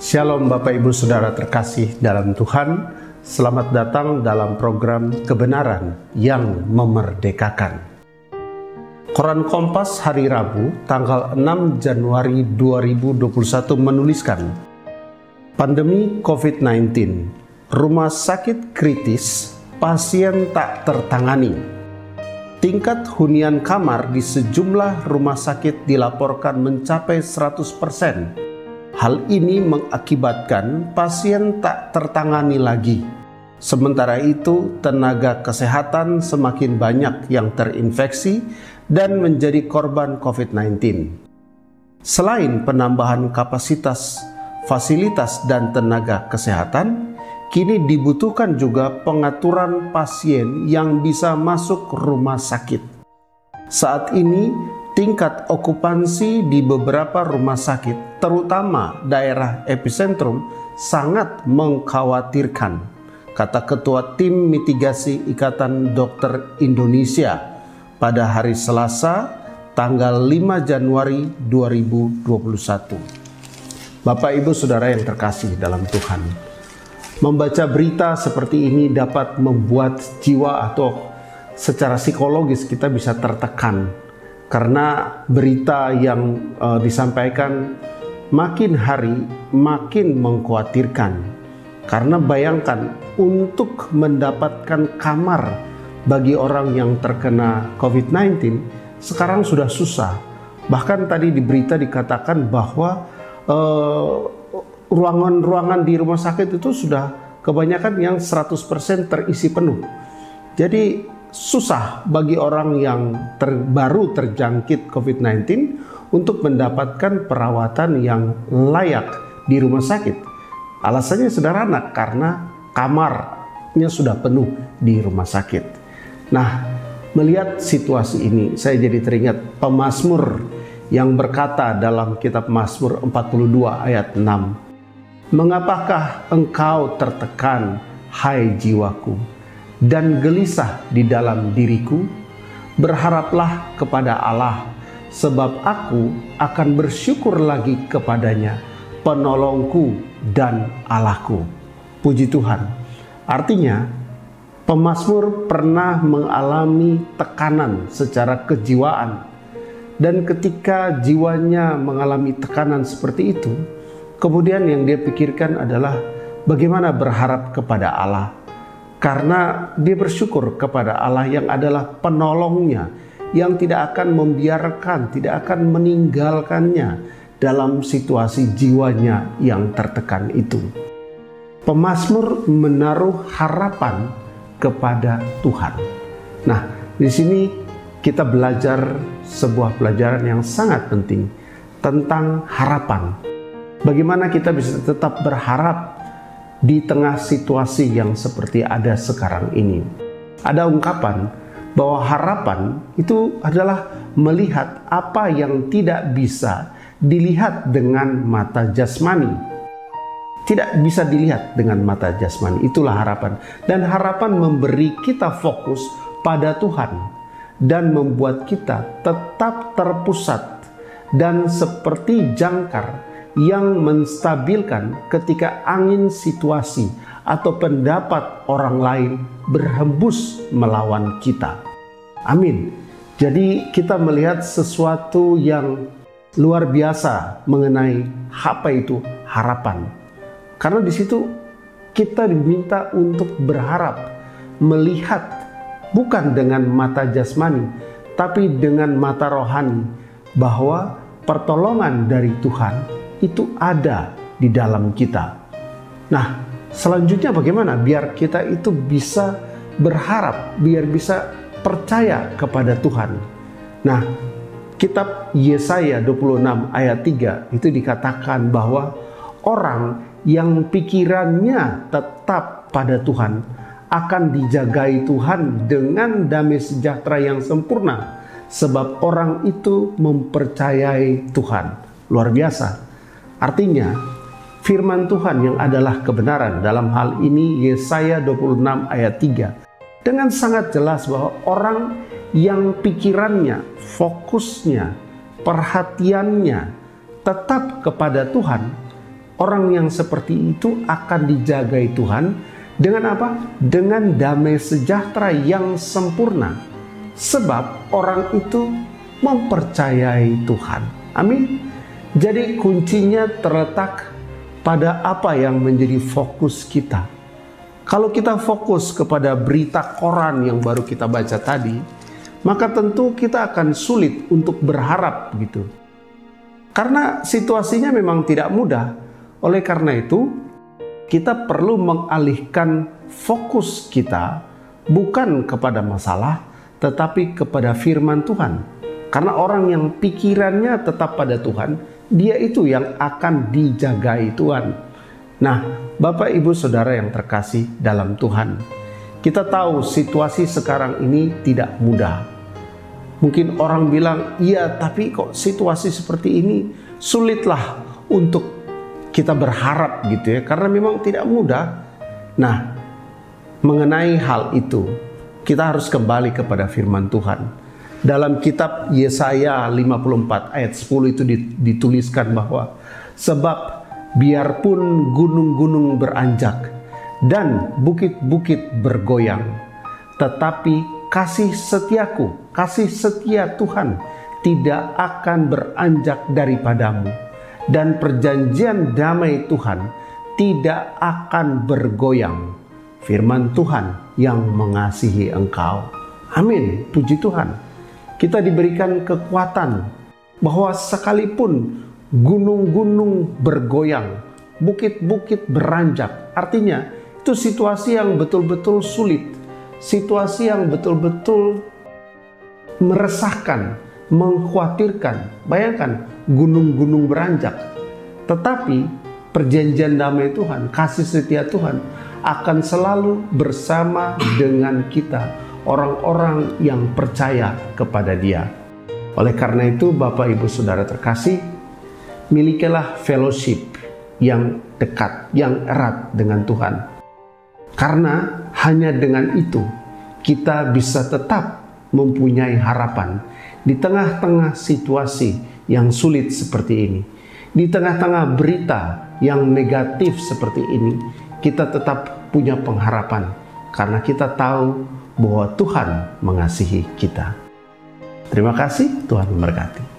Shalom Bapak Ibu Saudara terkasih dalam Tuhan. Selamat datang dalam program Kebenaran yang Memerdekakan. Koran Kompas hari Rabu tanggal 6 Januari 2021 menuliskan, pandemi COVID-19, rumah sakit kritis, pasien tak tertangani. Tingkat hunian kamar di sejumlah rumah sakit dilaporkan mencapai 100%. Hal ini mengakibatkan pasien tak tertangani lagi. Sementara itu, tenaga kesehatan semakin banyak yang terinfeksi dan menjadi korban COVID-19. Selain penambahan kapasitas, fasilitas, dan tenaga kesehatan, kini dibutuhkan juga pengaturan pasien yang bisa masuk rumah sakit. Saat ini, tingkat okupansi di beberapa rumah sakit, terutama daerah epicentrum, sangat mengkhawatirkan, kata Ketua Tim Mitigasi Ikatan Dokter Indonesia pada hari Selasa, tanggal 5 Januari 2021. Bapak Ibu Saudara yang terkasih dalam Tuhan, membaca berita seperti ini dapat membuat jiwa atau secara psikologis kita bisa tertekan. Karena berita yang disampaikan makin hari makin mengkhawatirkan. Karena bayangkan, untuk mendapatkan kamar bagi orang yang terkena COVID-19 sekarang sudah susah. Bahkan tadi di berita dikatakan bahwa ruangan-ruangan di rumah sakit itu sudah kebanyakan yang 100% terisi penuh. Jadi susah bagi orang yang baru terjangkit COVID-19 untuk mendapatkan perawatan yang layak di rumah sakit. Alasannya sederhana, karena kamarnya sudah penuh di rumah sakit. Nah, melihat situasi ini, saya jadi teringat pemazmur yang berkata dalam kitab Mazmur 42 ayat 6, "Mengapakah engkau tertekan, hai jiwaku, dan gelisah di dalam diriku? Berharaplah kepada Allah, sebab aku akan bersyukur lagi kepadanya, penolongku dan Allahku." Puji Tuhan. Artinya, pemazmur pernah mengalami tekanan secara kejiwaan, dan ketika jiwanya mengalami tekanan seperti itu, kemudian yang dia pikirkan adalah bagaimana berharap kepada Allah. Karena dia bersyukur kepada Allah yang adalah penolongnya, yang tidak akan membiarkan, tidak akan meninggalkannya dalam situasi jiwanya yang tertekan itu. Pemazmur menaruh harapan kepada Tuhan. Nah, di sini kita belajar sebuah pelajaran yang sangat penting tentang harapan. Bagaimana kita bisa tetap berharap di tengah situasi yang seperti ada sekarang ini. Ada ungkapan bahwa harapan itu adalah melihat apa yang tidak bisa dilihat dengan mata jasmani. Tidak bisa dilihat dengan mata jasmani, itulah harapan. Dan harapan memberi kita fokus pada Tuhan dan membuat kita tetap terpusat dan seperti jangkar yang menstabilkan ketika angin situasi atau pendapat orang lain berhembus melawan kita. Amin. Jadi kita melihat sesuatu yang luar biasa mengenai apa itu harapan. Karena di situ kita diminta untuk berharap, melihat bukan dengan mata jasmani, tapi dengan mata rohani, bahwa pertolongan dari Tuhan itu ada di dalam kita. Nah, selanjutnya bagaimana biar kita itu bisa berharap, biar bisa percaya kepada Tuhan. Nah, kitab Yesaya 26 ayat 3 itu dikatakan bahwa orang yang pikirannya tetap pada Tuhan akan dijagai Tuhan dengan damai sejahtera yang sempurna, sebab orang itu mempercayai Tuhan. Luar biasa. Artinya, firman Tuhan yang adalah kebenaran, dalam hal ini Yesaya 26 ayat 3, dengan sangat jelas bahwa orang yang pikirannya, fokusnya, perhatiannya tetap kepada Tuhan, Orang yang seperti itu akan dijagai Tuhan dengan apa? Dengan damai sejahtera yang sempurna. Sebab orang itu mempercayai Tuhan. Amin. Jadi kuncinya terletak pada apa yang menjadi fokus kita. Kalau kita fokus kepada berita koran yang baru kita baca tadi, maka tentu kita akan sulit untuk berharap gitu. Karena situasinya memang tidak mudah. Oleh karena itu, kita perlu mengalihkan fokus kita bukan kepada masalah, tetapi kepada firman Tuhan. Karena orang yang pikirannya tetap pada Tuhan, dia itu yang akan dijagai Tuhan. Nah, Bapak Ibu Saudara yang terkasih dalam Tuhan, kita tahu situasi sekarang ini tidak mudah. Mungkin orang bilang, iya tapi kok situasi seperti ini sulitlah untuk kita berharap gitu ya, karena memang tidak mudah. Nah, mengenai hal itu, kita harus kembali kepada firman Tuhan. Dalam kitab Yesaya 54 ayat 10 itu dituliskan bahwa, sebab biarpun gunung-gunung beranjak dan bukit-bukit bergoyang, tetapi kasih setiaku, kasih setia Tuhan tidak akan beranjak daripadamu, dan perjanjian damai Tuhan tidak akan bergoyang. Firman Tuhan yang mengasihi engkau. Amin. Puji Tuhan. Kita diberikan kekuatan bahwa sekalipun gunung-gunung bergoyang, bukit-bukit beranjak, artinya itu situasi yang betul-betul sulit, situasi yang betul-betul meresahkan, mengkhawatirkan. Bayangkan gunung-gunung beranjak, tetapi perjanjian damai Tuhan, kasih setia Tuhan akan selalu bersama dengan kita, orang-orang yang percaya kepada Dia. Oleh karena itu, Bapak Ibu Saudara terkasih, milikilah fellowship yang dekat, yang erat dengan Tuhan. Karena hanya dengan itu kita bisa tetap mempunyai harapan di tengah-tengah situasi yang sulit seperti ini. Di tengah-tengah berita yang negatif seperti ini, kita tetap punya pengharapan karena kita tahu bahwa Tuhan mengasihi kita. Terima kasih, Tuhan memberkati.